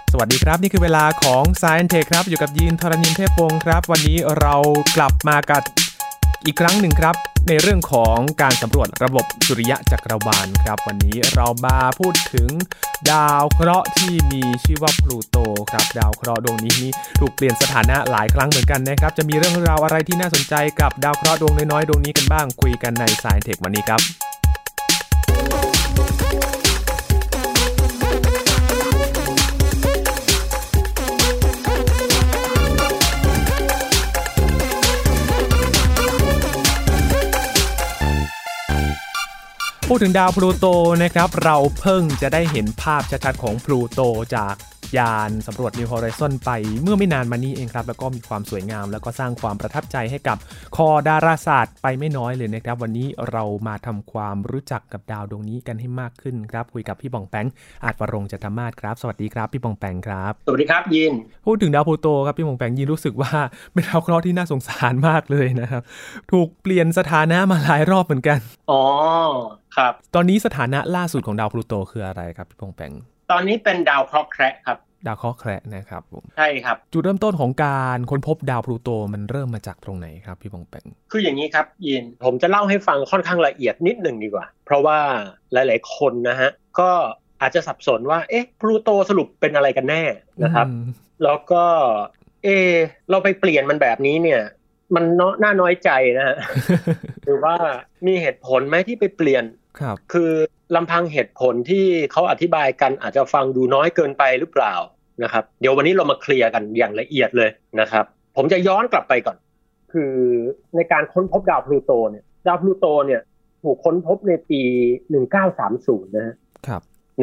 สวัสดีครับนี่คือเวลาของ Science Tech ครับอยู่กับยีนธรณินทร์เทพวงศ์ครับวันนี้เรากลับมากันอีกครั้งหนึ่งครับในเรื่องของการสำรวจระบบสุริยะจักรวาลครับวันนี้เรามาพูดถึงดาวเคราะห์ที่มีชื่อว่าพลูโตครับดาวเคราะห์ดวงนี้ถูกเปลี่ยนสถานะหลายครั้งเหมือนกันนะครับจะมีเรื่องราวอะไรที่น่าสนใจกับดาวเคราะห์ดวงน้อยๆดวงนี้กันบ้างคุยกันใน Science Tech วันนี้ครับพูดถึงดาวพลูโตนะครับเราเพิ่งจะได้เห็นภาพชัดๆของพลูโตจากยานสำรวจ New Horizon ไปเมื่อไม่นานมานี้เองครับแล้วก็มีความสวยงามแล้วก็สร้างความประทับใจให้กับคอดาราศาสตร์ไปไม่น้อยเลยนะครับวันนี้เรามาทำความรู้จักกับดาวดวงนี้กันให้มากขึ้นครับคุยกับพี่บองแปงอาจวรงค์จันทมาศครับสวัสดีครับพี่บองแปงครับสวัสดีครับยินพูดถึงดาวพลูโตครับพี่บองแปงยินรู้สึกว่าเป็นดาวเคราะห์ที่น่าสงสารมากเลยนะครับถูกเปลี่ยนสถานะมาหลายรอบเหมือนกันอ๋อครับตอนนี้สถานะล่าสุดของดาวพลูโตคืออะไรครับพี่บองแปงตอนนี้เป็นดาวเคราะห์แคระครับดาวเคราะห์แคระนะครับผมใช่ครับจุดเริ่มต้นของการค้นพบดาวพลูโตมันเริ่มมาจากตรงไหนครับพี่บองแปงคืออย่างนี้ครับยินผมจะเล่าให้ฟังค่อนข้างละเอียดนิดหนึ่งดีกว่าเพราะว่าหลายๆคนนะฮะก็อาจจะสับสนว่าเอ๊ะพลูโตสรุปเป็นอะไรกันแน่นะครับแล้วก็เราไปเปลี่ยนมันแบบนี้เนี่ยมันน่าน้อยใจนะฮะ หรือว่ามีเหตุผลไหมที่ไปเปลี่ยนคือลำพังเหตุผลที่เขาอธิบายกันอาจจะฟังดูน้อยเกินไปหรือเปล่านะครับเดี๋ยววันนี้เรามาเคลียร์กันอย่างละเอียดเลยนะครับผมจะย้อนกลับไปก่อนคือในการค้นพบดาวพลูโตเนี่ยดาวพลูโตเนี่ยถูกค้นพบในปี1930นะฮะครับ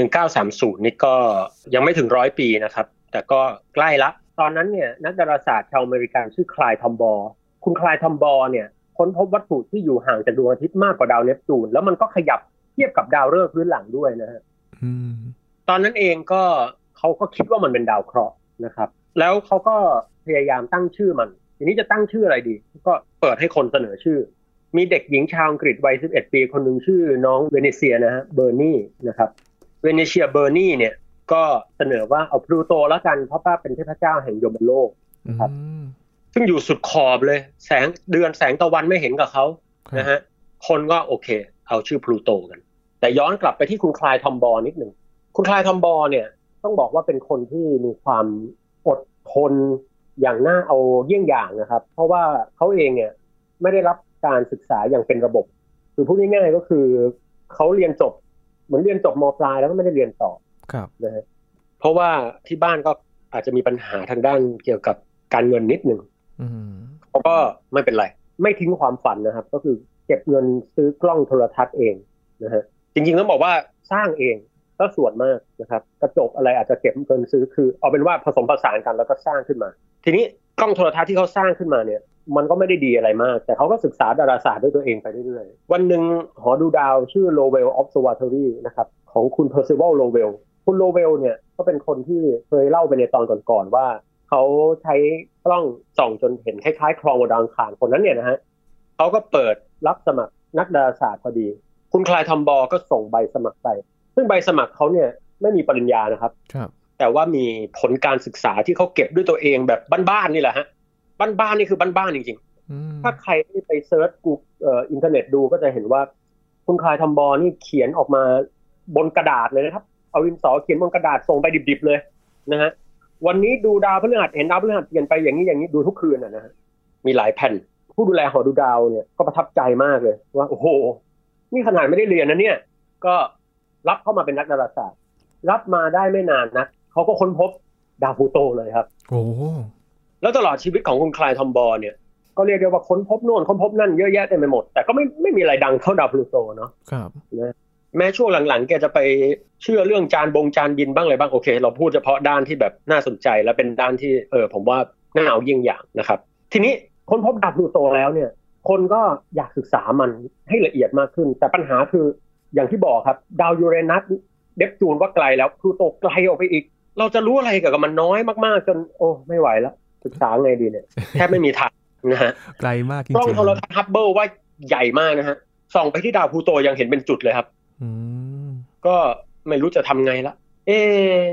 1930นี่ก็ยังไม่ถึง100ปีนะครับแต่ก็ใกล้ละตอนนั้นเนี่ยนักดาราศาสตร์ชาวอเมริกันชื่อคลายทอมบอร์คุณคลายทอมบอร์เนี่ยค้นพบวัตถุที่อยู่ห่างจากดวงอาทิตย์มากกว่าดาวเนปจูนแล้วมันก็ขยับเทียบกับดาวฤกษ์พื้นหลังด้วยนะฮะตอนนั้นเองก็เขาก็คิดว่ามันเป็นดาวเคราะห์นะครับแล้วเขาก็พยายามตั้งชื่อมันทีนี้จะตั้งชื่ออะไรดีก็เปิดให้คนเสนอชื่อมีเด็กหญิงชาวอังกฤษวัย11ปีคนหนึ่งชื่อน้องเวเนเซียนะฮะเบอร์นี่นะครับเวเนเซียเบอร์นี่เนี่ยก็เสนอว่าเอาพลูโตแล้วกันเพราะว่าเป็นเทพเจ้าแห่งยมโลกนะครับซึ่งอยู่สุดขอบเลยแสงเดือนแสงตะวันไม่เห็นกับเขานะฮะคนก็โอเคเอาชื่อพลูโตกันแต่ย้อนกลับไปที่คุณคลายทอมบอร์นิดหนึ่งคุณคลายทอมบอร์เนี่ยต้องบอกว่าเป็นคนที่มีความอดทนอย่างน่าเอาเยี่ยงอย่างนะครับเพราะว่าเขาเองเนี่ยไม่ได้รับการศึกษาอย่างเป็นระบบคือพูดง่ายๆก็คือเขาเรียนจบเหมือนเรียนจบม.ปลายแล้วก็ไม่ได้เรียนต่อนะฮะเพราะว่าที่บ้านก็อาจจะมีปัญหาทางด้านเกี่ยวกับการเงินนิดนึงเขาก็ไม่เป็นไรไม่ทิ้งความฝันนะครับก็คือเก็บเงินซื้อกล้องโทรทัศน์เองนะฮะจริงๆต้องบอกว่าสร้างเองก็ส่วนมากนะครับกระจกอะไรอาจจะเก็บเงินซื้อคือเอาเป็นว่าผสมผสานกันแล้วก็สร้างขึ้นมาทีนี้กล้องโทรทัศน์ที่เขาสร้างขึ้นมาเนี่ยมันก็ไม่ได้ดีอะไรมากแต่เขาก็ศึกษาดาราศาสตร์ด้วยตัวเองไปเรื่อยๆวันหนึ่งหอดูดาวชื่อ Lowell Observatory นะครับของคุณ Percival Lowell คุณ Lowell เนี่ยก็เป็นคนที่เคยเล่าไปในตอนก่อนๆว่าเขาใช้กล้องส่องจนเห็นคล้ายๆคลองบนดาวอังคารคนนั้นเนี่ยนะฮะเขาก็เปิดรับสมัครนักดาราศาสตร์พอดีคุณคลายทอมบอร์ก็ส่งใบสมัครไปซึ่งใบสมัครเขาเนี่ยไม่มีปริญญานะครับแต่ว่ามีผลการศึกษาที่เขาเก็บด้วยตัวเองแบบบ้านๆนี่แหละฮะบ้านๆนี่คือบ้านๆจริงๆถ้าใครไปเซิร์ชกูอินเทอร์เน็ตดูก็จะเห็นว่าคุณคลายทอมบอร์นี่เขียนออกมาบนกระดาษเลยนะครับเอาดินสอเขียนบนกระดาษส่งไปดิบๆเลยนะฮะวันนี้ดูดาวพฤหัสเห็นดาวพฤหัสเปลี่ยนไปอย่างนี้ดูทุกคืนนะฮะมีหลายแผ่นผู้ดูแลหอดูดาวเนี่ยก็ประทับใจมากเลยว่าโอ้โหนี่ขนาดไม่ได้เรียนนะเนี่ยก็รับเข้ามาเป็นนักดาราศาสตร์รับมาได้ไม่นานนะเขาก็ค้นพบดาวพลูโตเลยครับโอ้แล้วตลอดชีวิตของคุณคลายทอมบอร์เนี่ยก็เรียกได้ว่าค้นพบโน่นค้นพบนั่นเยอะแยะเต็มไปหมดแต่ก็ไม่มีอะไรดังเท่าดาวพลูโตเนาะครับนะแม้ช่วงหลังๆแกจะไปเชื่อเรื่องจานบินบ้างอะไรบ้างโอเคเราพูดเฉพาะด้านที่แบบน่าสนใจและเป็นด้านที่ผมว่าน่าเอาเยี่ยงอย่างนะครับทีนี้ค้นพบดาวพลูโตแล้วเนี่ยคนก็อยากศึกษามันให้ละเอียดมากขึ้นแต่ปัญหาคืออย่างที่บอกครับดาวยูเรนัสเนปจูนว่าไกลแล้วพลูโตไกลออกไปอีกเราจะรู้อะไรกับมันน้อยมากๆจนโอ้ไม่ไหวแล้วศึกษาไงดีเนี่ยแทบไม่มีทางนะฮะไกลมากจริงๆกล้องโทรทัศน์ฮับเบิลว่าใหญ่มากนะฮะส่องไปที่ดาวพลูโตยังเห็นเป็นจุดเลยครับก็ไม่รู้จะทำไงละห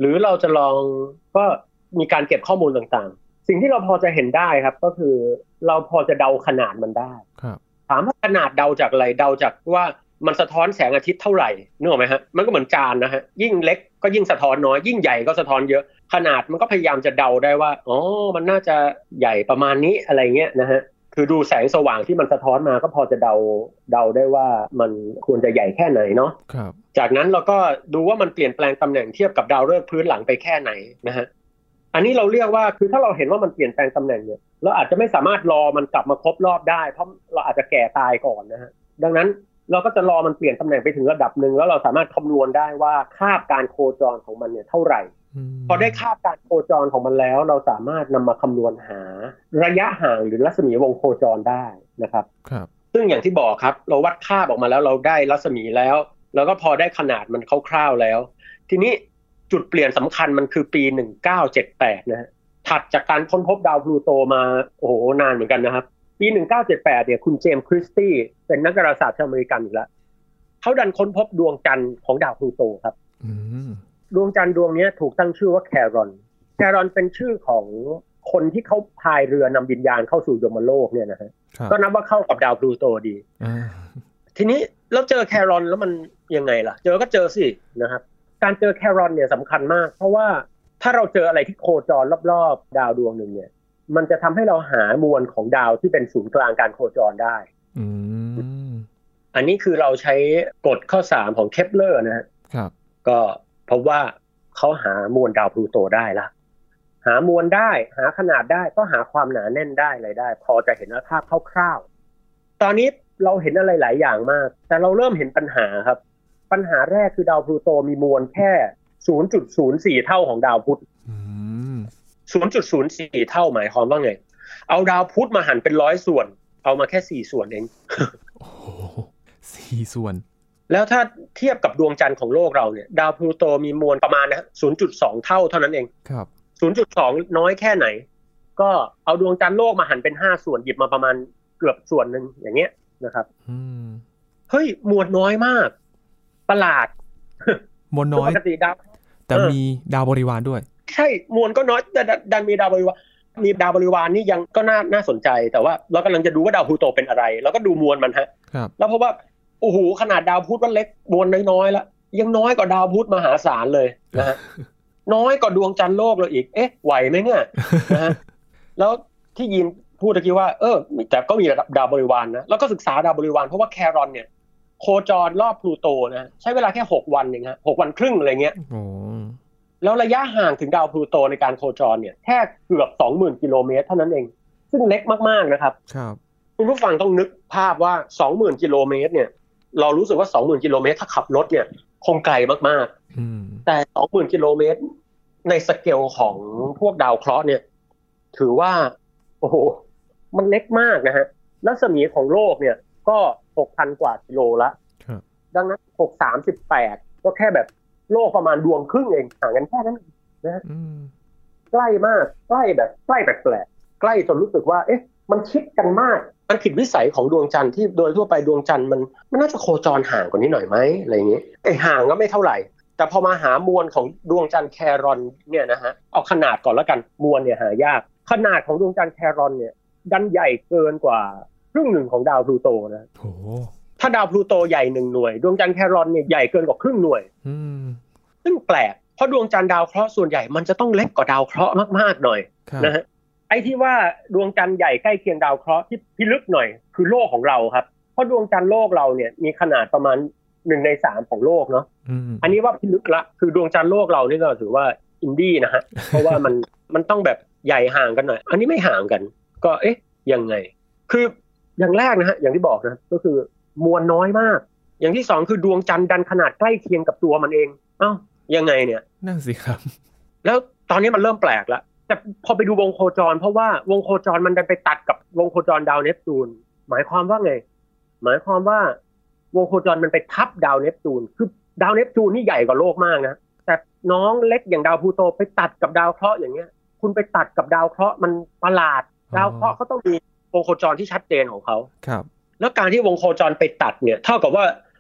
หรือเราจะลองก็มีการเก็บข้อมูลต่างๆสิ่งที่เราพอจะเห็นได้ครับก็คือเราพอจะเดาขนาดมันได้ถามว่าขนาดเดาจากอะไรเดาจากว่ามันสะท้อนแสงอาทิตย์เท่าไหร่นึกออกไหมฮะมันก็เหมือนจานนะฮะยิ่งเล็กก็ยิ่งสะท้อนน้อยยิ่งใหญ่ก็สะท้อนเยอะขนาดมันก็พยายามจะเดาได้ว่าอ๋อมันน่าจะใหญ่ประมาณนี้อะไรเงี้ยนะฮะคือดูแสงสว่างที่มันสะท้อนมาก็พอจะเดาได้ว่ามันควรจะใหญ่แค่ไหนเนาะจากนั้นเราก็ดูว่ามันเปลี่ยนแปลงตำแหน่งเทียบกับดาวฤกษ์พื้นหลังไปแค่ไหนนะฮะอันนี้เราเรียกว่าคือถ้าเราเห็นว่ามันเปลี่ยนแปลงตำแหน่งเนี่ยเราอาจจะไม่สามารถรอมันกลับมาครบรอบได้เพราะเราอาจจะแก่ตายก่อนนะฮะดังนั้นเราก็จะรอมันเปลี่ยนตำแหน่งไปถึงระดับหนึ่งแล้วเราสามารถคำนวณได้ว่าคาบการโคจรของมันเนี่ยเท่าไหร่พอได้คาบการโคจรของมันแล้วเราสามารถนำมาคำนวณหาระยะห่างหรือรัศมีวงโคจรได้นะครับซึ่งอย่างที่บอกครับเราวัดคาบออกมาแล้วเราได้รัศมีแล้วเราก็พอได้ขนาดมันคร่าวๆแล้วทีนี้จุดเปลี่ยนสำคัญมันคือปี1978นะฮะถัดจากการค้นพบดาวพลูโตมาโอ้โหนานเหมือนกันนะครับปี1978เนี่ยคุณเจมส์คริสตี้เป็นนักดาราศาสตร์ชาวอเมริกันอีกแล้วเขาดันค้นพบดวงจันทร์ของดาวพลูโตครับดวงจันทร์ดวงนี้ถูกตั้งชื่อว่าแครอนเป็นชื่อของคนที่เขาพายเรือนำวิญญาณเข้าสู่ยมโลกเนี่ยนะฮะก็นับว่าเข้ากับดาวพลูโตดีทีนี้แล้วเจอแครอนแล้วมันยังไงล่ะเจอก็เจอสินะครับการเจอแครอนเนี่ยสำคัญมากเพราะว่าถ้าเราเจออะไรที่โคจรรอบๆดาวดวงหนึ่งเนี่ยมันจะทำให้เราหามวลของดาวที่เป็นศูนย์กลางการโคจรได้อันนี้คือเราใช้กฎข้อ3ของเคปเลอร์นะครับก็พบว่าเขาหามวลดาวพลูโตได้ละหามวลได้หาขนาดได้ก็หาความหนาแน่นได้อะไรได้พอจะเห็นภาพคร่าวๆตอนนี้เราเห็นอะไรหลายอย่างมากแต่เราเริ่มเห็นปัญหาครับปัญหาแรกคือดาวพลูโตมีมวลแค่ 0.04 เท่าของดาวพุธ0.04 เท่าหมายความว่าไงเอาดาวพุธมาหั่นเป็น100ส่วนเอามาแค่4ส่วนเองโอ้โห4ส่วนแล้วถ้าเทียบกับดวงจันทร์ของโลกเราเนี่ยดาวพลูโตมีมวลประมาณนะ 0.2 เท่าเท่านั้นเองครับ 0.2 น้อยแค่ไหนก็เอาดวงจันทร์โลกมาหั่นเป็น5ส่วนหยิบมาประมาณเกือบส่วนนึงอย่างเงี้ยนะครับเฮ้ยมวลน้อยมากประหลาดมวลน้อยปกติดาวแต่มีดาวบริวารด้วยใช่มวลก็น้อยแต่ดันมีดาวบริวารนี่ยังก็น่าสนใจแต่ว่าเรากำลังจะดูว่าดาวพลูโตเป็นอะไรแล้วก็ดูมวลมันฮะแล้วเพราะว่าโอ้โหขนาดดาวพุธมันเล็กมวลน้อยๆแล้วยังน้อยกว่าดาวพุธมหาศาลเลยนะฮะน้อยกว่าดวงจันทร์โลกเลยอีกเอ๊ะไหวไหมเนี่ยนะฮะแล้วที่ยินพูดตะกี้ว่าแต่ก็มีดาวบริวารนะแล้วก็ศึกษาดาวบริวารเพราะว่าแครอนเนี่ยโคจรรอบพลูโตนะใช้เวลาแค่6วันเองฮะ6วันครึ่งอะไรเงี้ยแล้วระยะห่างถึงดาวพลูโตในการโคจรเนี่ยแค่เกือบ 20,000 กิโลเมตรเท่านั้นเองซึ่งเล็กมากๆนะครับครับคุณผู้ฟังต้องนึกภาพว่า 20,000 กิโลเมตรเนี่ยเรารู้สึกว่า 20,000 กิโลเมตรถ้าขับรถเนี่ยคงไกลมากๆแต่ 20,000 กิโลเมตรในสเกลของพวกดาวเคราะห์เนี่ยถือว่าโอ้โหมันเล็กมากนะฮะรัศมีของโลกเนี่ยก็ 6,000 กว่ากิโลละดังนั้น638ก็แค่แบบโลกประมาณดวงครึ่งเองห่างกันแค่นั้นนะฮะใกล้มากใกล้แบบใกล้แปลกๆใกล้จนรู้สึกว่าเอ๊ะมันชิดกันมากมันผิดวิสัยของดวงจันทร์ที่โดยทั่วไปดวงจันทร์มันน่าจะโคจรห่างกว่านี้หน่อยไหมอะไรอย่างงี้ห่างก็ไม่เท่าไหร่แต่พอมาหามวลของดวงจันทร์แครอนเนี่ยนะฮะเอาขนาดก่อนแล้วกันมวลเนี่ยหายากขนาดของดวงจันทร์แครอนเนี่ยดันใหญ่เกินกว่าครึ่งหนึ่งของดาวพลูโตนะโอ้ถ้าดาวพลูโตใหญ่1หน่วยดวงจันทร์แครอนเนี่ยใหญ่เกินกว่าครึ่งหน่วยซึ่งแปลกเพราะดวงจันทร์ดาวเคราะห์ส่วนใหญ่มันจะต้องเล็กกว่าดาวเคราะห์มากๆหน่อยนะฮะไอ้ที่ว่าดวงจันทร์ใหญ่ใกล้เคียงดาวเคราะห์ที่พิลึกหน่อยคือโลกของเราครับเพราะดวงจันทร์โลกเราเนี่ยมีขนาดประมาณ1ใน3ของโลกเนาะอันนี้ว่าพิลึกละคือดวงจันทร์โลกเรานี่ก็ถือว่าอินดี้นะฮะเพราะว่ามันต้องแบบใหญ่ห่างกันหน่อยอันนี้ไม่ห่างกันก็เอ๊ะยังไงคืออย่างแรกนะฮะอย่างที่บอกนะก็คือมวลน้อยมากอย่างที่2คือดวงจันทร์ดันขนาดใกล้เคียงกับตัวมันเองเอ้ายังไงเนี่ยนั่นสิครับแล้วตอนนี้มันเริ่มแปลกแล้วแต่พอไปดูวงโคจรเพราะว่าวงโคจรมันดันไปตัดกับวงโคจรดาวเนปจูนหมายความว่าไงหมายความว่าวงโคจรมันไปทับดาวเนปจูนคือดาวเนปจูนนี่ใหญ่กว่าโลกมากนะแต่น้องเล็กอย่างดาวพลูโตไปตัดกับดาวเคราะห์อย่างเงี้ยคุณไปตัดกับดาวเคราะห์มันประหลาดดาวเคราะห์เขาต้องมีวงโคจรที่ชัดเจนของเขาครับแล้วการที่วงโคจรไปตัดเนี่ยเท่ากับว่า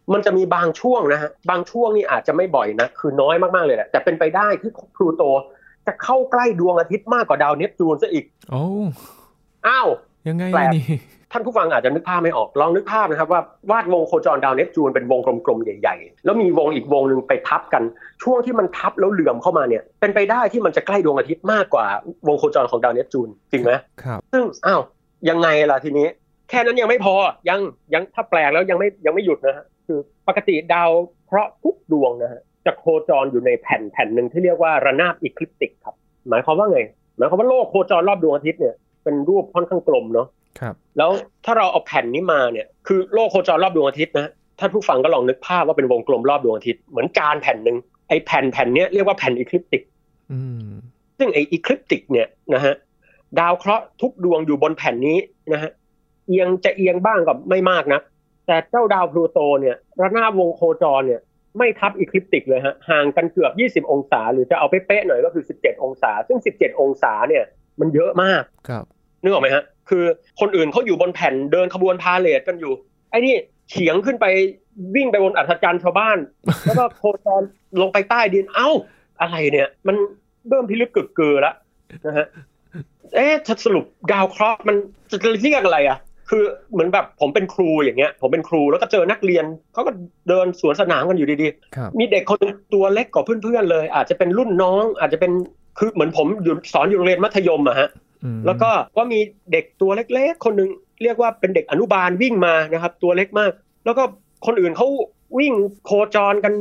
มันจะมีบางช่วงนะฮะบางช่วงนี่อาจจะไม่บ่อยนะคือน้อยมากๆเลยแหละแต่เป็นไปได้ที่พลูโตจะเข้าใกล้ดวงอาทิตย์มากกว่าดาวเนปจูนซะอีกโอ้อ้าวยังไงนี่ท่านผู้ฟังอาจจะนึกภาพไม่ออกลองนึกภาพนะครับว่าวาดวงโคจรดาวเนปจูนเป็นวงกลมๆใหญ่ๆแล้วมีวงอีกวงนึงไปทับกันช่วงที่มันทับแล้วเหลื่อมเข้ามาเนี่ยเป็นไปได้ที่มันจะใกล้ดวงอาทิตย์มากกว่าวงโคจรของดาวเนปจูนจริงไหมครับซึ่งอ้าวยังไงล่ะทีนี้แค่นั้นยังไม่พอยังถ้าแปลกแล้วยังไม่หยุดนะฮะคือปกติดาวเคราะห์ทุกดวงนะฮะจะโคจรอยู่ในแผ่นหนึ่งที่เรียกว่าระนาบอีคลิปติกครับหมายความว่าไงหมายความว่าโลกโคจรรอบดวงอาทิตย์เนี่ยเป็นรูปค่อนข้างกลมเนาะครับแล้วถ้าเราเอาแผ่นนี้มาเนี่ยคือโลกโคจรรอบดวงอาทิตย์นะท่านผู้ฟังก็ลองนึกภาพว่าเป็นวงกลมรอบดวงอาทิตย์เหมือนจานแผ่นนึงไอ้แผ่นเนี้ยเรียกว่าแผ่นอีคลิปติกซึ่งไอ้อีคลิปติกเนี่ยนะฮะดาวเคราะห์ทุกดวงอยู่บนแผ่นนี้นะฮะเอียงบ้างก็ไม่มากนะแต่เจ้าดาวพลูโตเนี่ยระนาบวงโคจรเนี่ยไม่ทับอีคลิปติกเลยฮะห่างกันเกือบ20องศาหรือจะเอาเป๊ะๆหน่อยก็คือ17องศาซึ่ง17องศาเนี่ยมันเยอะมากครับนึกออกไหมฮะคือคนอื่นเขาอยู่บนแผ่นเดินขบวนพาเหรดกันอยู่ไอ้นี่เฉียงขึ้นไปวิ่งไปบนอัศจรรย์ชาวบ้านแล้วก็โคจรลงไปใต้ดินเอ้าอะไรเนี่ยมันเริ่มพิลึกกึกกือแล้วนะฮะสรุปดาวเคราะห์มันจะเรียกอะไรอ่ะคือเหมือนแบบผมเป็นครูอย่างเงี้ยผมเป็นครูแล้วก็เจอนักเรียนเขาก็เดินสวนสนามกันอยู่ดีๆมีเด็กคนตัวเล็กกว่าเพื่อนๆเลยอาจจะเป็นรุ่นน้องอาจจะเป็นคือเหมือนผมสอนอยู่โรงเรียนมัธยมอะฮะแล้วก็มีเด็กตัวเล็กๆคนนึงเรียกว่าเป็นเด็กอนุบาลวิ่งมานะครับตัวเล็กมากแล้วก็คนอื่นเขาวิ่งโคจรกัน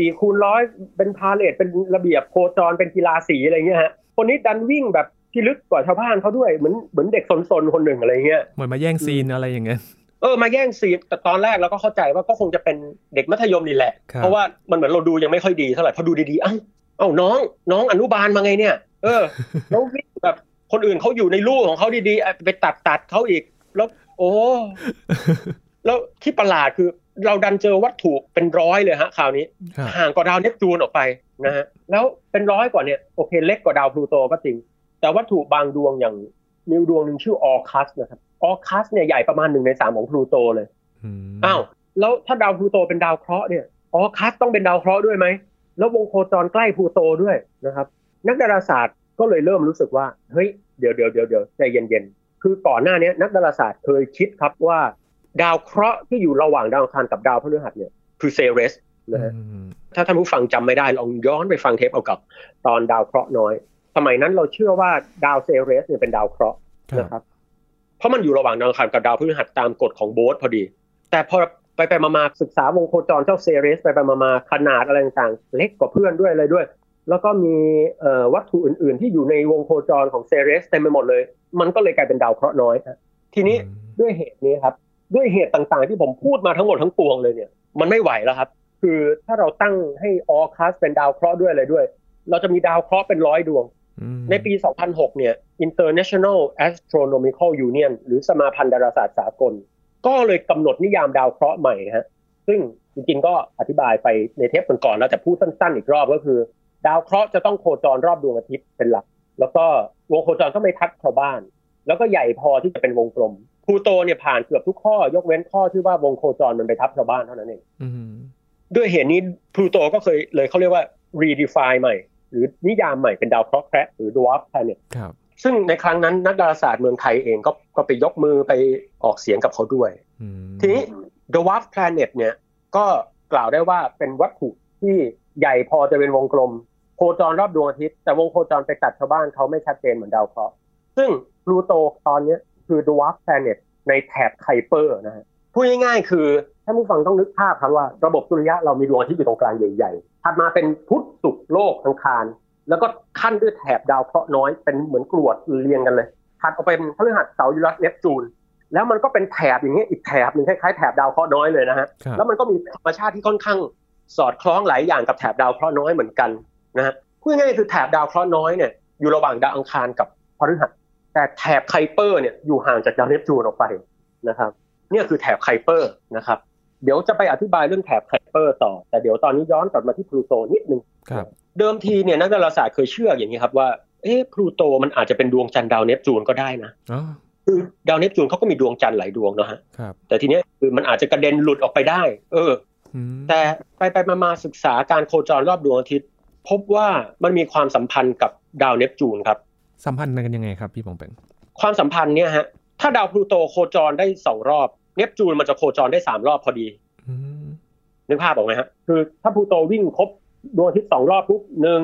4x100เป็นพาเหรดเป็นระเบียบโคจรเป็นกีฬาสีอะไรเงี้ยฮะคนนี้ดันวิ่งแบบที่ลึกกว่าชาวบ้านเขาด้วยเหมือนเด็กซนๆคนหนึ่งอะไรเงี้ยเหมือนมาแย่งซีนอะไรอย่างเงี้ยมาแย่งซีนแต่ตอนแรกเราก็เข้าใจว่าก็คงจะเป็นเด็กมัธยมนี่แหละเพราะว่ามันเหมือนเราดูยังไม่ค่อยดีเท่าไหร่พอดูดีๆเอ้าน้องอนุบาลมาไงเนี่ยแล้ววิ่งแบบคนอื่นเขาอยู่ในลู่ของเขาดีๆไปตัดเขาอีกแล้วโอ้แล้วที่ประหลาดคือเราดันเจอวัตถุเป็นร้อยเลยฮะคราวนี้ห่างกว่าดาวเนปจูนออกไปนะฮะแล้วเป็นร้อยกว่าเนี่ยโอเคเล็กกว่าดาวพลูโตก็จริงแต่วัตถุบางดวงอย่างมีดวงนึงชื่อออคัสนะครับออคัสเนี่ยใหญ่ประมาณ1 ใน 3ของพลูโตเลยอ้าวแล้วถ้าดาวพลูโตเป็นดาวเคราะห์เนี่ยออคัสต้องเป็นดาวเคราะห์ด้วยไหมแล้ววงโคจรใกล้พลูโตด้วยนะครับนักดาราศาสตร์ก็เลยเริ่มรู้สึกว่าเฮ้ยเดี๋ยวใจเย็นๆคือก่อนหน้านี้นักดาราศาสตร์เคยคิดครับว่าดาวเคราะห์ที่อยู่ระหว่างดาวอังคารกับดาวพฤหัสเนี่ยคือเซเรสนะฮะถ้าท่านผู้ฟังจำไม่ได้ลองย้อนไปฟังเทปเอากับตอนดาวเคราะห์น้อยสมัยนั้นเราเชื่อว่าดาวเซเรสเนี่ยเป็นดาวเคราะห์นะครับเพราะมันอยู่ระหว่างดาวอังคารกับดาวพฤหัสตามกฎของโบสพอดีแต่พอไปมาศึกษาวงโคจรเจ้าเซเรสไปมาขนาดอะไรต่างๆเล็กกว่าเพื่อนด้วยอะไรด้วยแล้วก็มีวัตถุอื่นๆที่อยู่ในวงโคจรของเซเรสเต็มไปหมดเลยมันก็เลยกลายเป็นดาวเคราะห์น้อยทีนี้ด้วยเหตุนี้ครับด้วยเหตุต่างๆที่ผมพูดมาทั้งหมดทั้งปวงเลยเนี่ยมันไม่ไหวแล้วครับคือถ้าเราตั้งให้ออคัสเป็นดาวเคราะห์ด้วยอะไรด้วยเราจะมีดาวเคราะห์เป็น100 ดวงในปี 2006 เนี่ย International Astronomical Union หรือสมาพันธ์ดาราศาสตร์สากลก็เลยกำหนดนิยามดาวเคราะห์ใหม่นะฮะซึ่งจริงๆก็อธิบายไปในเทปก่อนๆแล้วแต่พูดสั้นๆอีกรอบก็คือดาวเคราะห์จะต้องโคจรรอบดวงอาทิตย์เป็นหลักแล้วก็วงโคจรต้องไม่ทับชาวบ้านแล้วก็ใหญ่พอที่จะเป็นวงกลมพลูโตเนี่ยผ่านเกือบทุกข้อยกเว้นข้อที่ว่าวงโคจรมันไปทับชาวบ้านเท่านั้นเองด้วยเหตุนี้พลูโตก็เคยเลยเขาเรียกว่า redefine ใหม่หรือนิยามใหม่เป็นดาวเคราะห์แคระหรือ dwarf planet ซึ่งในครั้งนั้นนักดาราศาสตร์เมืองไทยเองก็ไปยกมือไปออกเสียงกับเขาด้วยทีนี้ dwarf planet เนี่ยก็กล่าวได้ว่าเป็นวัตถุที่ใหญ่พอจะเป็นวงกลมโคจรรอบดวงอาทิตย์แต่วงโคจรไปตัดชาวบ้านเขาไม่ชัดเจนเหมือนดาวเคราะห์ซึ่งพลูโตตอนนี้คือ dwarf planet ในแถบไคเปอร์นะฮะพูดง่ายๆคือท่านผู้ฟังต้องนึกภาพครับว่าระบบสุริยะเรามีดวงอาทิตย์อยู่ตรงกลางใหญ่ๆถัดมาเป็นพุธศุกร์โลกอังคารแล้วก็ขั้นด้วยแถบดาวเคราะห์น้อยเป็นเหมือนกรวดเรียงกันเลยถัดออกไปเป็นพฤหัสเสาร์ยูเรนัสเนปจูนแล้วมันก็เป็นแถบอย่างเงี้ยอีกแถบนึงคล้ายๆแถบดาวเคราะห์น้อยเลยนะฮะแล้วมันก็มีธรรมชาติที่ค่อนข้างสอดคล้องหลายอย่างกับแถบดาวเคราะห์น้อยเหมือนกันนะฮะพูดง่ายๆคือแถบดาวเคราะห์น้อยเนี่ยอยู่ระหว่างดาวอังคารกับพฤหัสแต่แถบไคเปอร์เนี่ยอยู่ห่างจากดาวเนปจูนออกไปนะครับเนี่ยคือแถบไคเปอร์นะครับเดี๋ยวจะไปอธิบายเรื่องแถบไคเปอร์ต่อแต่เดี๋ยวตอนนี้ย้อนกลับมาที่พลูโตนิดนึงเดิมทีเนี่ยนักดาราศาสตร์เคยเชื่ออย่างนี้ครับว่าพลูโตมันอาจจะเป็นดวงจันทร์ดาวเนปจูนก็ได้นะคือดาวเนปจูนเขาก็มีดวงจันทร์หลายดวงเนาะฮะแต่ทีเนี้ยคือมันอาจจะกระเด็นหลุดออกไปได้แต่ไปมาศึกษาการโคจรรอบดวงอาทิตย์พบว่ามันมีความสัมพันธ์กับดาวเนปจูนครับสัมพันธ์กันยังไงครับพี่ปองแปงความสัมพันธ์เนี่ยฮะถ้าดาวพลูโตโคจรได้2 รอบเนปจูนมันจะโคจรได้3 รอบพอดีนึกภาพออกไหมฮะคือถ้าพลูโตวิ่งครบดวงอาทิตย์2 รอบปุ๊บ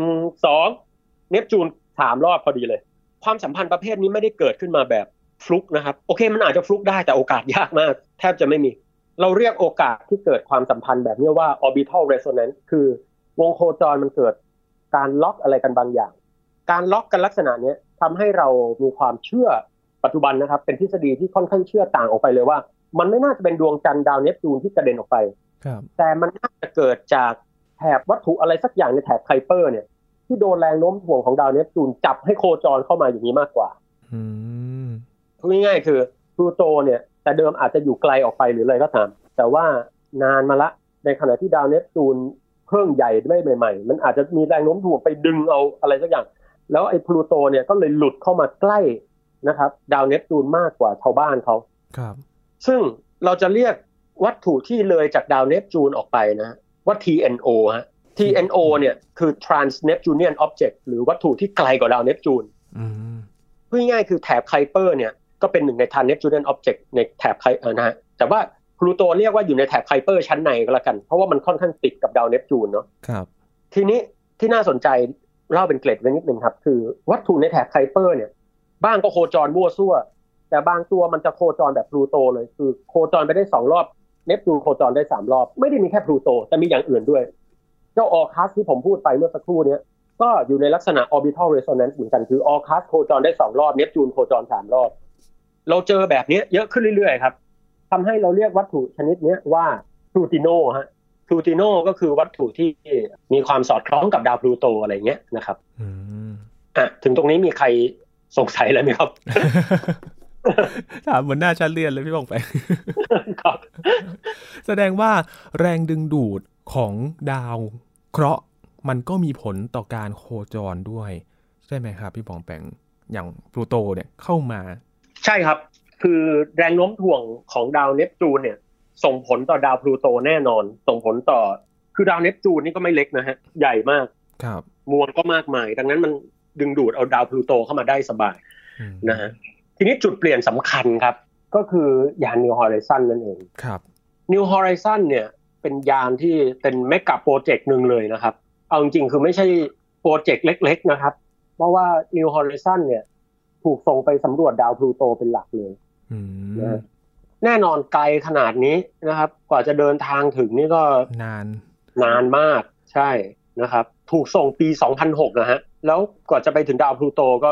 1 2เนปจูน3 รอบพอดีเลยความสัมพันธ์ประเภทนี้ไม่ได้เกิดขึ้นมาแบบฟลุกนะครับโอเคมันอาจจะฟลุกได้แต่โอกาสยากมากแทบจะไม่มีเราเรียกโอกาสที่เกิดความสัมพันธ์แบบนี้ว่า orbital resonance คือวงโคจรมันเกิดการล็อกอะไรกันบางอย่างการล็อกกันลักษณะนี้ทำให้เรามีความเชื่อปัจจุบันนะครับเป็นทฤษฎีที่ค่อนข้างเชื่อต่างออกไปเลยว่ามันไม่น่าจะเป็นดวงจันทร์ดาวเนปจูนที่กระเด็นออกไปแต่มันน่าจะเกิดจากแถบวัตถุอะไรสักอย่างในแถบไคเปอร์เนี่ยที่โดนแรงโน้มถ่วงของดาวเนปจูนจับให้โคจรเข้ามาอย่างนี้มากกว่าพูดง่ายๆคือพลูโตเนี่ยแต่เดิมอาจจะอยู่ไกลออกไปหรืออะไรก็ตามแต่ว่านานมาละในขณะที่ดาวเนปจูนเพิ่งใหญ่ได้ใหม่ๆมันอาจจะมีแรงโน้มถ่วงไปดึงเอาอะไรสักอย่างแล้วไอ้พลูโตเนี่ยก็เลยหลุดเข้ามาใกล้นะครับดาวเนปจูนมากกว่าชาวบ้านเขาครับซึ่งเราจะเรียกวัตถุที่เลยจากดาวเนปจูนออกไปนะว่า TNO ฮะ TNO เนี่ยคือ Trans Neptunian Object หรือวัตถุที่ไกลกว่าดาวเนปจูนพูดง่ายๆคือแถบไคเปอร์เนี่ยก็เป็นหนึ่งใน Trans Neptunian Object ในแถบนะฮะแต่ว่าพลูโตเรียกว่าอยู่ในแถบไคเปอร์ชั้นในก็แล้วกันเพราะว่ามันค่อนข้างติดกับดาวเนปจูนเนาะครับทีนี้ที่น่าสนใจเล่าเป็นเกร็ดไว้นิดนึงครับคือวัตถุในแถบไคเปอร์เนี่ยบ้างก็โคจรมั่วซั่วแต่บางตัวมันจะโคจรแบบพลูโตเลยคือโคจรไปได้2 รอบเนปจูนโคจรได้3 รอบไม่ได้มีแค่พลูโตแต่มีอย่างอื่นด้วยเจ้าออคัสที่ผมพูดไปเมื่อสักครู่นี้ก็อยู่ในลักษณะ orbital resonance เหมือนกันคือออคัสโคจรได้2 รอบเนปจูนโคจร3 รอบเราเจอแบบนี้เยอะขึ้นเรื่อยๆครับทำให้เราเรียกวัตถุชนิดนี้ว่าพลูติโนฮะพลูติโนก็คือวัตถุที่มีความสอดคล้องกับดาวพลูโตอะไรเงี้ยนะครับถึงตรงนี้มีใครสงสัยอะไรไหมครับถามเหมือนหน้าชั้นเรียนเลยพี่บองไปแสดงว่าแรงดึงดูดของดาวเคราะห์มันก็มีผลต่อการโคจรด้วยใช่ไหมครับพี่บองแปงอย่างพลูโตเนี่ยเข้ามาใช่ครับคือแรงโน้มถ่วงของดาวเนปจูนเนี่ยส่งผลต่อดาวพลูโตแน่นอนส่งผลต่อคือดาวเนปจูนนี่ก็ไม่เล็กนะฮะใหญ่มากครับมวลก็มากมายดังนั้นมันดึงดูดเอาดาวพลูโตเข้ามาได้สบายนะฮะทีนี้จุดเปลี่ยนสำคัญครับก็คือยาน New Horizon นั่นเองครับ New Horizon เนี่ยเป็นยานที่เป็นเมกะโปรเจกต์นึงเลยนะครับเอาจริงๆคือไม่ใช่โปรเจกต์เล็กๆนะครับเพราะว่า New Horizon เนี่ยถูกส่งไปสำรวจดาวพลูโตเป็นหลักเลยนะแน่นอนไกลขนาดนี้นะครับกว่าจะเดินทางถึงนี่ก็นานมากใช่นะครับถูกส่งปี2006นะฮะแล้วกว่าจะไปถึงดาวพลูโตก็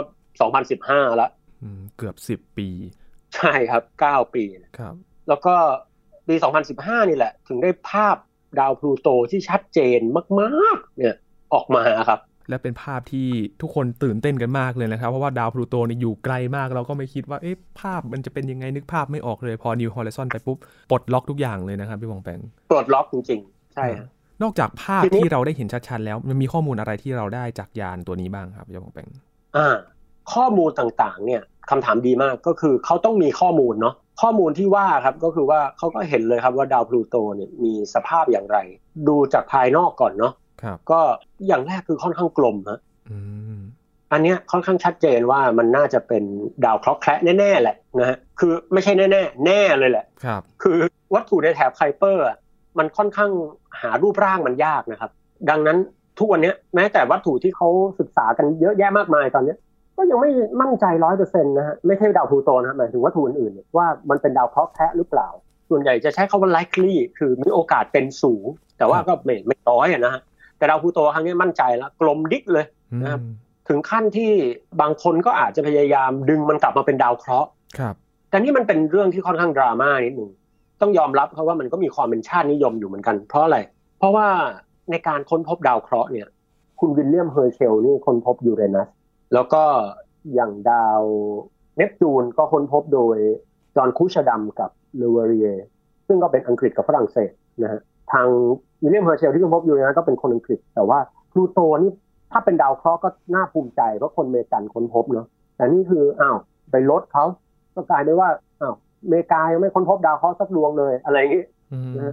2015แล้วเกือบ10 ปีใช่ครับ9 ปีครับแล้วก็ปี2015นี่แหละถึงได้ภาพดาวพลูโตที่ชัดเจนมากๆเนี่ยออกมาครับและเป็นภาพที่ทุกคนตื่นเต้นกันมากเลยนะครับเพราะว่าดาวพลูโตนี่อยู่ไกลมากเราก็ไม่คิดว่าภาพมันจะเป็นยังไงนึกภาพไม่ออกเลยพอ New Horizon ไปปุ๊บปลดล็อกทุกอย่างเลยนะครับพี่บองแปงปลดล็อกจริงๆใช่นอกจากภาพที่เราได้เห็นชัดๆแล้วมันมีข้อมูลอะไรที่เราได้จากยานตัวนี้บ้างครับพี่บองแปงข้อมูลต่างๆเนี่ยคำถามดีมากก็คือเขาต้องมีข้อมูลเนาะข้อมูลที่ว่าครับก็คือว่าเขาก็เห็นเลยครับว่าดาวพลูโตเนี่ยมีสภาพอย่างไรดูจากภายนอกก่อนเนาะก็อย่างแรกคือค่อนข้างกลมฮะอันเนี้ยค่อนข้างชัดเจนว่ามันน่าจะเป็นดาวเคราะห์แคระแน่ๆแหละนะฮะคือไม่ใช่แน่ๆแน่เลยแหละคือวัตถุในแถบไคเปอร์มันค่อนข้างหารูปร่างมันยากนะครับดังนั้นทุกวันนี้แม้แต่วัตถุที่เขาศึกษากันเยอะแยะมากมายตอนนี้ก็ยังไม่มั่นใจ 100% นะฮะไม่ใช่ดาวพลูโตนะหมายถึงวัตถุอื่นๆว่ามันเป็นดาวเคราะห์แคระหรือเปล่าส่วนใหญ่จะใช้คำว่า likely คือมีโอกาสเป็นสูงแต่ว่าก็ไม่ร้อยนะฮะแต่ดาวพลูโตครั้งนี้มั่นใจแล้วกลมดิ๊กเลยนะครับถึงขั้นที่บางคนก็อาจจะพยายามดึงมันกลับมาเป็นดาวเคราะห์แต่นี่มันเป็นเรื่องที่ค่อนข้างดราม่านิดนึงต้องยอมรับครับว่ามันก็มีความเป็นชาตินิยมอยู่เหมือนกันเพราะอะไรเพราะว่าในการค้นพบดาวเคราะห์เนี่ยคุณวิลเลียมเฮอร์เชลนี่ค้นพบยูเรนัสแล้วก็อย่างดาวเนปจูนก็ค้นพบโดยจอห์นคูชดัมกับลูเวอรีเยซึ่งก็เป็นอังกฤษกับฝรั่งเศสนะฮะทางวิลเลียมเฮอร์เชลที่ค้นพบยูเรนัสก็เป็นคนอังกฤษแต่ว่าพลูโตนี่ถ้าเป็นดาวเคราะห์ก็น่าภูมิใจเพราะคนอเมริกันค้นพบเนาะแต่นี่คือไปลดเขาก็กลายเป็นว่าอเมริกายังไม่ค้นพบดาวเคราะห์สักดวงเลยอะไรอย่างงี้นะ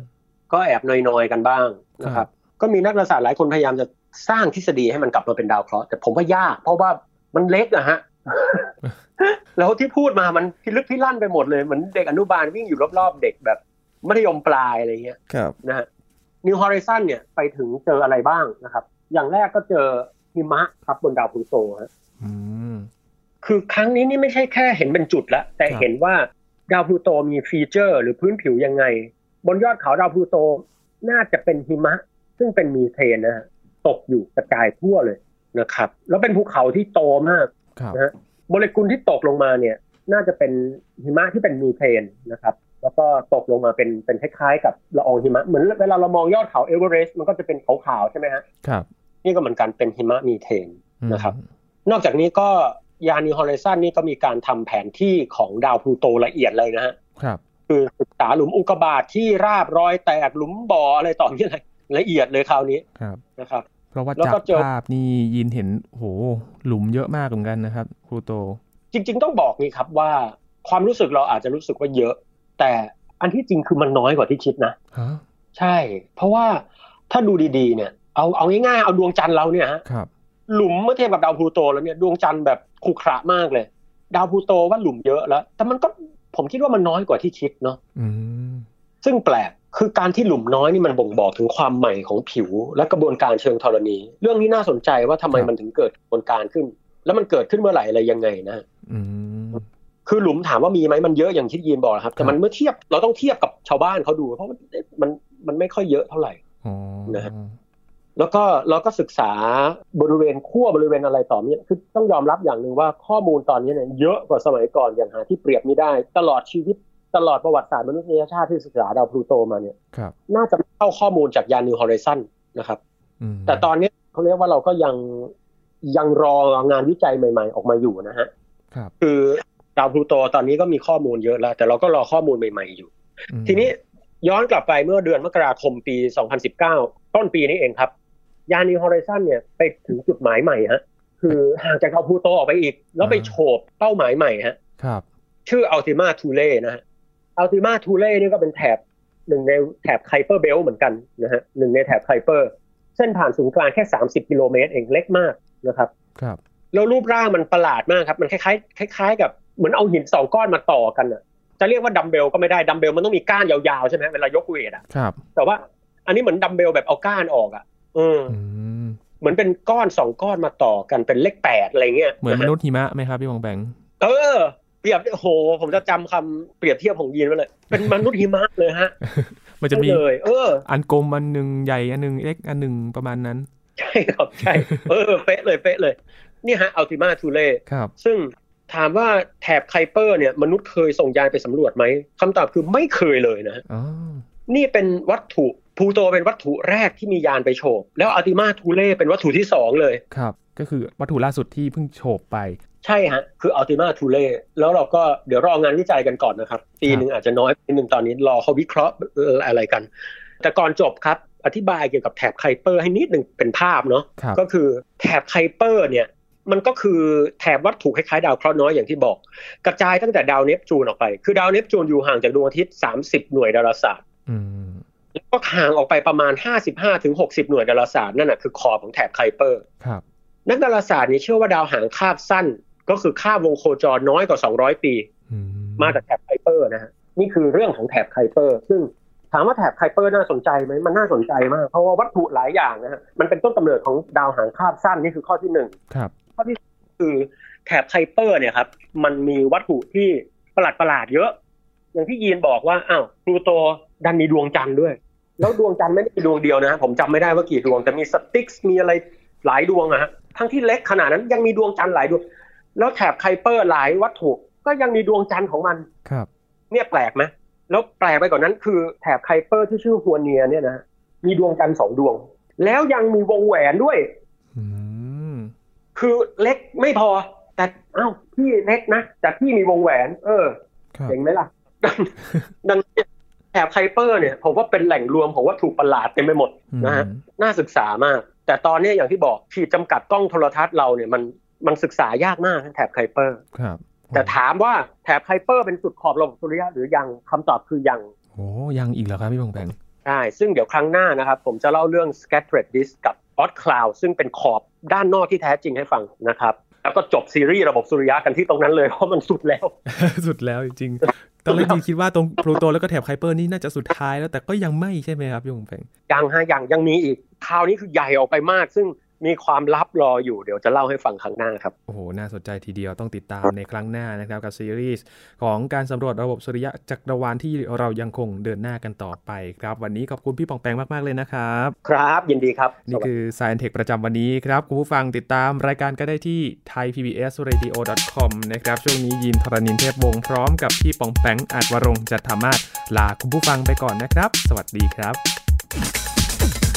ก็แอบนอยๆกันบ้างนะครับก็มีนักดาราศาสตร์หลายคนพยายามจะสร้างทฤษฎีให้มันกลับมาเป็นดาวเคราะห์แต่ผมว่ายากเพราะว่ามันเล็กอะฮะ แล้วที่พูดมามันพิลึกพิลั่นไปหมดเลยเหมือนเด็กอนุบาลวิ่งอยู่รอบๆเด็กแบบมัธยมปลายอะไรเงี้ยนะฮะ New Horizon เนี่ยไปถึงเจออะไรบ้างนะครับอย่างแรกก็เจอหิมะครับบนดาวพลูโตฮะคือครั้งนี้นี่ไม่ใช่แค่เห็นเป็นจุดแล้วแต่เห็นว่าดาวพลูโตมีฟีเจอร์หรือพื้นผิวยังไงบนยอดเขาดาวพลูโตน่าจะเป็นหิมะซึ่งเป็นมีเทนนะฮะตกอยู่กระจายทั่วเลยนะครับแล้วเป็นภูเขาที่โตมากนะฮะโมเลกุลที่ตกลงมาเนี่ยน่าจะเป็นหิมะที่เป็นมีเทนนะครับแล้วก็ตกลงมาเป็นคล้ายๆกับละอองหิมะเหมือนเวลาเรามองยอดเขาเอเวอเรสต์มันก็จะเป็นขาวๆใช่ไหมฮะครับนี่ก็เหมือนกันเป็นหิมะมีเทนนะครับนอกจากนี้ก็ยาน New Horizon นี่ก็มีการทำแผนที่ของดาวพลูโตละเอียดเลยนะฮะคือศึกษาหลุมอุกกาบาตที่ราบรอยแตกหลุมบ่ออะไรต่อมีอะไรละเอียดเลยคราวนี้นะครับเพราะว่าจากภาพนี่ยินเห็นโหหลุมเยอะมากเหมือนกันนะครับพลูโตจริงๆต้องบอกนี่ครับว่าความรู้สึกเราอาจจะรู้สึกว่าเยอะแต่อันที่จริงคือมันน้อยกว่าที่คิดนะใช่เพราะว่าถ้าดูดีๆเนี่ยเอาง่ายๆเอาดวงจันทร์เราเนี่ยฮะหลุมเมื่อเทียบกับดาวพลูโตแล้วเนี่ยดวงจันทร์แบบขรุขระมากเลยดาวพลูโตว่าหลุมเยอะแล้วแต่มันก็ผมคิดว่ามันน้อยกว่าที่คิดเนาะซึ่งแปลกคือการที่หลุมน้อยนี่มันบ่งบอกถึงความใหม่ของผิวและกระบวนการเชิงธรณีเรื่องนี้น่าสนใจว่าทำไมมันถึงเกิดกระบวนการขึ้นแล้วมันเกิดขึ้นเมื่อไหร่อะไรยังไงนะคือหลุมถามว่ามีไหมมันเยอะอย่างที่ยีนบอกครับแต่มันเมื่อเทียบเราต้องเทียบกับชาวบ้านเขาดูเพราะมันไม่ค่อยเยอะเท่าไหร่นะฮะแล้วก็เราก็ศึกษาบริเวณขั้วบริเวณอะไรต่อเนี่ยคือต้องยอมรับอย่างหนึ่งว่าข้อมูลตอนนี้เนี่ยเยอะกว่าสมัยก่อนอย่างหาที่เปรียบไม่ได้ตลอดชีวิตตลอดประวัติศาสตร์มนุษยชาติที่ศึกษาดาวพลูโตมาเนี่ยน่าจะเข้าข้อมูลจากยาน New Horizon นะครับแต่ตอนนี้เขาเรียกว่าเราก็ยังรองานวิจัยใหม่ๆออกมาอยู่นะฮะคือดาวพลูโตตอนนี้ก็มีข้อมูลเยอะแล้วแต่เราก็รอข้อมูลใหม่ๆอยู่ทีนี้ย้อนกลับไปเมื่อเดือนมกราคมปี2019ต้นปีนี้เองครับยาน New Horizon เนี่ยไปถึงจุดหมายใหม่ฮะคือห่างจากดาวพลูโตออกไปอีกแล้วไปโฉบเป้าหมายใหม่ฮะชื่อ Ultima Thule นะฮะ Ultima Thule นี่ก็เป็นแถบหนึ่งในแถบไคเปอร์เบลต์เหมือนกันนะฮะหนึ่งในแถบไคเปอร์เส้นผ่านศูนย์กลางแค่30กิโลเมตรเองเล็กมากนะครับแล้วรูปร่างมันประหลาดมากครับมันคล้ายๆกับเหมือนเอาหิน2ก้อนมาต่อกันอ่ะจะเรียกว่าดัมเบลก็ไม่ได้ดัมเบลมันต้องมีก้านยาวๆใช่ไหมเวลายกเวทอ่ะแต่ว่าอันนี้เหมือนดัมเบลแบบเอาก้านออกอ่ะเหมือนเป็นก้อน2ก้อนมาต่อกันเป็นเลข8อะไรเงี้ยเหมือนมนุษย์หิมะไหมครับพี่บองแบงเปรียบโอ้โหผมจะจำคำเปรียบเทียบของยีนไว้เลยเป็นมนุษย์หิมะเลยฮะมันจะมีอันกลมอันนึงใหญ่อันนึงเล็กอันนึงประมาณนั้นใช่ครับใช่เป๊ะเลยนี่ฮะ Ultima Thule ซึ่งถามว่าแถบไคเปอร์เนี่ยมนุษย์เคยส่งยานไปสำรวจไหมคำตอบคือไม่เคยเลยนะนี่เป็นวัตถุพลูโตเป็นวัตถุแรกที่มียานไปโฉบแล้ว Ultima Thule เป็นวัตถุที่2เลยครับก็คือวัตถุล่าสุดที่เพิ่งโฉบไปใช่ฮะคือ Ultima Thule แล้วเราก็เดี๋ยวรองานวิจัยกันก่อนนะครับปีนึงอาจจะน้อยปีนึงตอนนี้รอเขาวิเคราะห์อะไรกันแต่ก่อนจบครับอธิบายเกี่ยวกับแถบไคเปอร์ให้นิดนึงเป็นภาพเนาะก็คือแถบไคเปอร์เนี่ยมันก็คือแถบวัตถุคล้ายๆดาวเคราะห์น้อยอย่างที่บอกกระจายตั้งแต่ดาวเนปจูนออกไปคือดาวเนปจูนอยู่ห่างจากดวงอาทิตย์30หน่วยดาราศาสตร์แล้วก็ห่างออกไปประมาณ55ถึง60หน่วยดาราศาสตร์นั่นน่ะคือขอบของแถบไคเปอร์นักดาราศาสตร์นี่เชื่อว่าดาวหางคาบสั้นก็คือคาบวงโคจรน้อยกว่า200ปีมาจากแถบไคเปอร์นะฮะนี่คือเรื่องของแถบไคเปอร์ซึ่งถามว่าแถบไคเปอร์น่าสนใจไหมมันน่าสนใจมากเพราะว่าวัตถุหลายอย่างนะฮะมันเป็นต้นกำเนิดของดาวหางคาบสั้นนี่คือข้อที่1ครับข้อที่คือแถบไคเปอร์เนี่ยครับมันมีวัตถุที่ประหลาดเยอะอย่างที่ยีนบอกว่าอ้าวพลูโตดันมีดวงจันทร์ด้วยแล้วดวงจันทร์ไม่ได้มีดวงเดียวนะผมจำไม่ได้ว่ากี่ดวงแต่มีสติ๊กส์มีอะไรหลายดวงอะฮะทั้งที่เล็กขนาดนั้นยังมีดวงจันทร์หลายดวงแล้วแถบไคเปอร์หลายวัตถุก็ยังมีดวงจันทร์ของมันครับเนี่ยแปลกไหมแล้วแปลกไปกว่านั้นคือแถบไคเปอร์ที่ชื่อฮัวเนียเนี่ยนะมีดวงจันทร์2ดวงแล้วยังมีวงแหวนด้วยคือเล็กไม่พอแต่พี่เล็กนะแต่พี่มีวงแหวนเจ๋งไหมล่ะดังแถบไคเปอร์เนี่ยผมว่าเป็นแหล่งรวมของวัตถุประหลาดเต็มไปหมดนะฮะน่าศึกษามากแต่ตอนนี้อย่างที่บอกขีดจำกัดกล้องโทรทัศน์เราเนี่ยมันศึกษายากมากแถบไคเปอร์แต่ถามว่าแถบไคเปอร์เป็นจุดขอบระบบสุริยะหรือยังคำตอบคือยังโอ้ยังอีกเหรอครับพี่บงแบงใช่ซึ่งเดี๋ยวครั้งหน้านะครับผมจะเล่าเรื่อง Scattered Disk กับ Oort Cloud ซึ่งเป็นขอบด้านนอกที่แท้จริงให้ฟังนะครับแล้วก็จบซีรีส์ระบบสุริยะกันที่ตรงนั้นเลยเพราะมันสุดแล้วสุดแล้วจริงๆตอนแรกยีนคิดว่าตรงพลูโตแล้วก็แถบไคเปอร์นี่น่าจะสุดท้ายแล้วแต่ก็ยังไม่ใช่ไหมครับพี่ปองแปงยังมีอีกคราวนี้คือใหญ่ออกไปมากซึ่งมีความลับรออยู่เดี๋ยวจะเล่าให้ฟังครั้งหน้าครับโอ้โหน่าสนใจทีเดียวต้องติดตามในครั้งหน้านะครับกับซีรีส์ของการสำรวจระบบสุริยะจักรวาลที่เรายังคงเดินหน้ากันต่อไปครับวันนี้ขอบคุณพี่ปองแปงมากๆเลยนะครับครับยินดีครับนี่คือ Science Tech ประจำวันนี้ครับคุณผู้ฟังติดตามรายการก็ได้ที่ thaipbsradio.com นะครับช่วงนี้ยินทรณินเทพวงศ์พร้อมกับพี่ปองแปงอาจวรงค์จันทมาศลาคุณผู้ฟังไปก่อนนะครับสวัสดีครับ